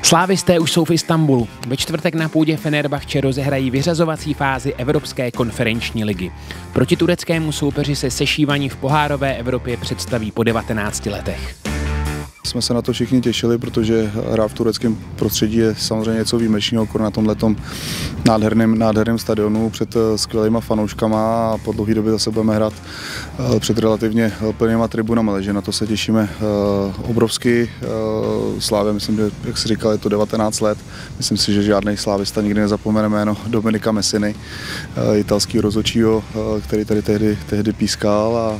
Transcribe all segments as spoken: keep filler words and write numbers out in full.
Slávisté už jsou v Istanbulu. Ve čtvrtek na půdě Fenerbahče rozehrají vyřazovací fázi Evropské konferenční ligy. Proti tureckému soupeři se sešívaní v pohárové Evropě představí po devatenácti letech. Jsme se na to všichni těšili, protože hra v tureckém prostředí je samozřejmě něco výjimečného, na tomhletom nádherném, nádherném stadionu před skvělýma fanouškama a po dlouhé době zase budeme hrát před relativně plnýma tribunama, takže na to se těšíme obrovsky. Slávě, myslím, že, jak si říkal, je to devatenáct let. Myslím si, že žádný slávista nikdy nezapomene jméno Dominika Messiny, italského rozhodčího, který tady tehdy, tehdy pískal a,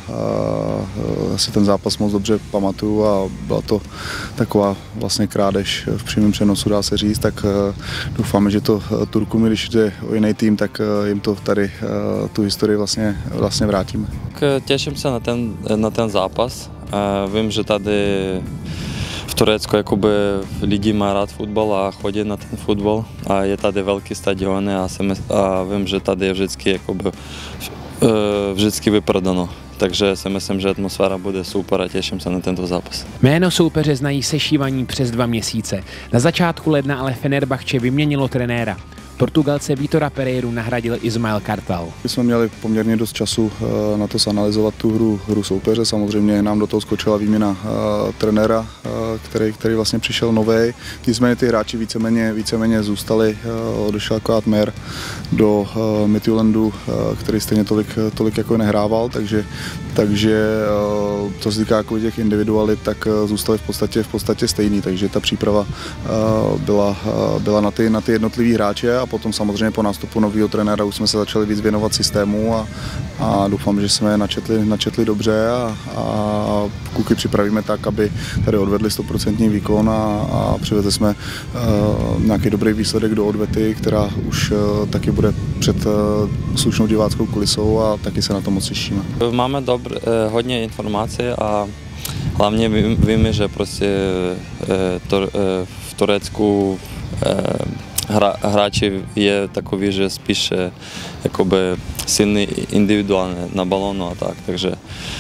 a asi ten zápas moc dobře pamatuju a byla to taková vlastně krádež v přímém přenosu, dá se říct, tak doufáme, že to Turkům, když jde o jiný tým, tak jim to tady tu historii vlastně, vlastně vrátíme. Těším se na ten, na ten zápas. Vím, že tady v Turecku jakoby lidi mají rád fotbal a chodí na ten fotbal a je tady velký stadion a, a vím, že tady je vždycky, jakoby, vždycky vyprodano. Takže si myslím, že atmosféra bude super a těším se na tento zápas. Jméno soupeře znají sešívaní přes dva měsíce. Na začátku ledna ale Fenerbahče vyměnilo trenéra. Portugalce Vítora Pereiru nahradil Ismail Kartal. My jsme měli poměrně dost času na to zanalyzovat tu hru, hru soupeře. Samozřejmě nám do toho skočila výměna uh, trenéra, uh, který, který vlastně přišel novej. Nicméně ty hráči víceméně, víceméně zůstali. Uh, odešel akorát Mer do uh, Midtjyllandu, uh, který stejně tolik, tolik jako nehrával, takže, takže uh, co se týká jako těch individualit, tak uh, zůstali v podstatě, v podstatě stejný. Takže ta příprava uh, byla, uh, byla na ty, na ty jednotlivý hráče. A potom samozřejmě po nástupu nového trenéra už jsme se začali víc věnovat systému a, a doufám, že jsme načetli, načetli dobře a, a kluky připravíme tak, aby tady odvedli stoprocentní výkon a, a přivezli jsme uh, nějaký dobrý výsledek do odvety, která už uh, taky bude před uh, slušnou diváckou kulisou a taky se na to moc těšíme. Máme dobr, uh, hodně informací a hlavně víme, že prostě uh, to, uh, v Turecku uh, Hra, hráči je takový, že spíše jakoby silný individuálně na balónu a tak, takže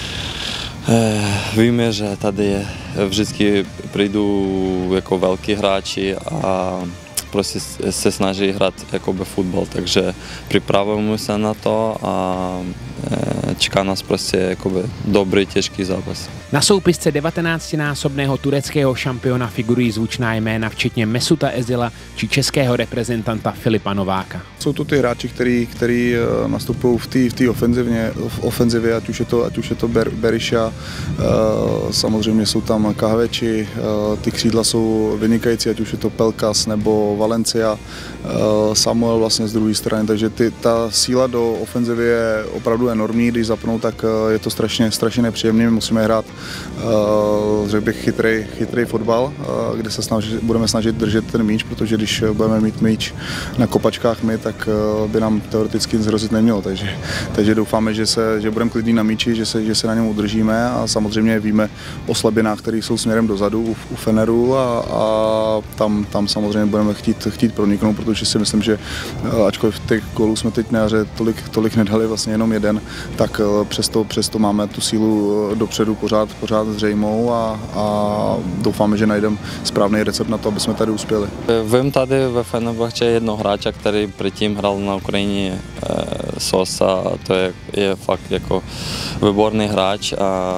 eh, víme, že tady je, vždycky přijdou jako velký hráči a prostě se snaží hrát jakoby fotbal, takže připravujeme se na to a eh, čeká nás prostě jakoby dobrý, těžký zápas. Na soupisce devatenáctinásobného tureckého šampiona figurují zvučná jména včetně Mesuta Özila či českého reprezentanta Filipa Nováka. Jsou to ty hráči, který, který nastupují v té v té ofenzivně, v ofenzivě, ať už je to, ať už je to Ber, Berisha, samozřejmě jsou tam Kahveči, ty křídla jsou vynikající, ať už je to Pelkas nebo Valencia, Samuel vlastně z druhé strany, takže ty, ta síla do ofenzivy je opravdu enormní, když zapnou, tak je to strašně, strašně nepříjemné, my musíme hrát řekl bych chytrý, chytrý fotbal, kde se snaží, budeme snažit držet ten míč, protože když budeme mít míč na kopačkách my, tak by nám teoreticky nic hrozit nemělo, takže, takže doufáme, že, se, že budeme klidní na míči, že se, že se na něm udržíme a samozřejmě víme o slabinách, které jsou směrem dozadu u, u Feneru a, a tam, tam samozřejmě budeme chtít, chtít proniknout, protože si myslím, že ačkoliv těch gólů jsme teď na jaře tolik, tolik nedali, vlastně jenom jeden, tak přesto, přesto máme tu sílu dopředu pořád, pořád zřejmou a, a doufáme, že najdeme správný recept na to, aby jsme tady uspěli. Vím tady ve Fenerbahče jednoho hráče, který předtím hrál na Ukrajině, Sosa, to je, je fakt jako výborný hráč a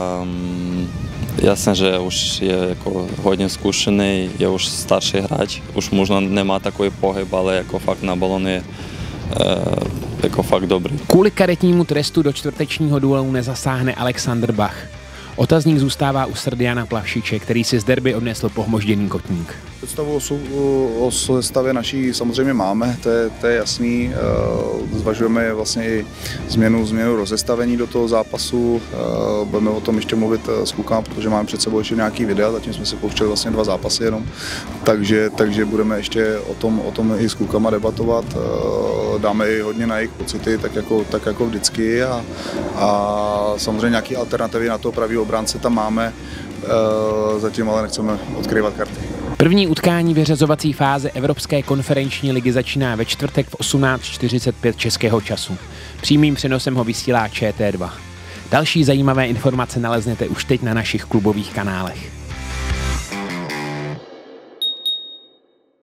jasně, že už je jako hodně zkušený, je už starší hráč, už možná nemá takový pohyb, ale jako fakt na balonu je jako fakt dobrý. Kvůli karetnímu trestu do čtvrtečního duelu nezasáhne Alexander Bach. Otazník zůstává u Srdiana Plavšiče, který si z derby odnesl pohmožděný kotník. Představu o sestavě naší samozřejmě máme, to je, to je jasný. Zvažujeme vlastně i změnu, změnu rozestavení do toho zápasu. Budeme o tom ještě mluvit s klukama, protože máme před sebou ještě nějaký videa, zatím jsme si pouštěli vlastně dva zápasy jenom. Takže, takže budeme ještě o tom, o tom i s klukama debatovat. Dáme i hodně na jejich pocity, tak jako, tak jako vždycky. A, a samozřejmě nějaké alternativy na toho pravý obránce tam máme, zatím ale nechceme odkryvat karty. První utkání vyřazovací fáze Evropské konferenční ligy začíná ve čtvrtek v osmnáct čtyřicet pět českého času. Přímým přenosem ho vysílá Č T dva. Další zajímavé informace naleznete už teď na našich klubových kanálech.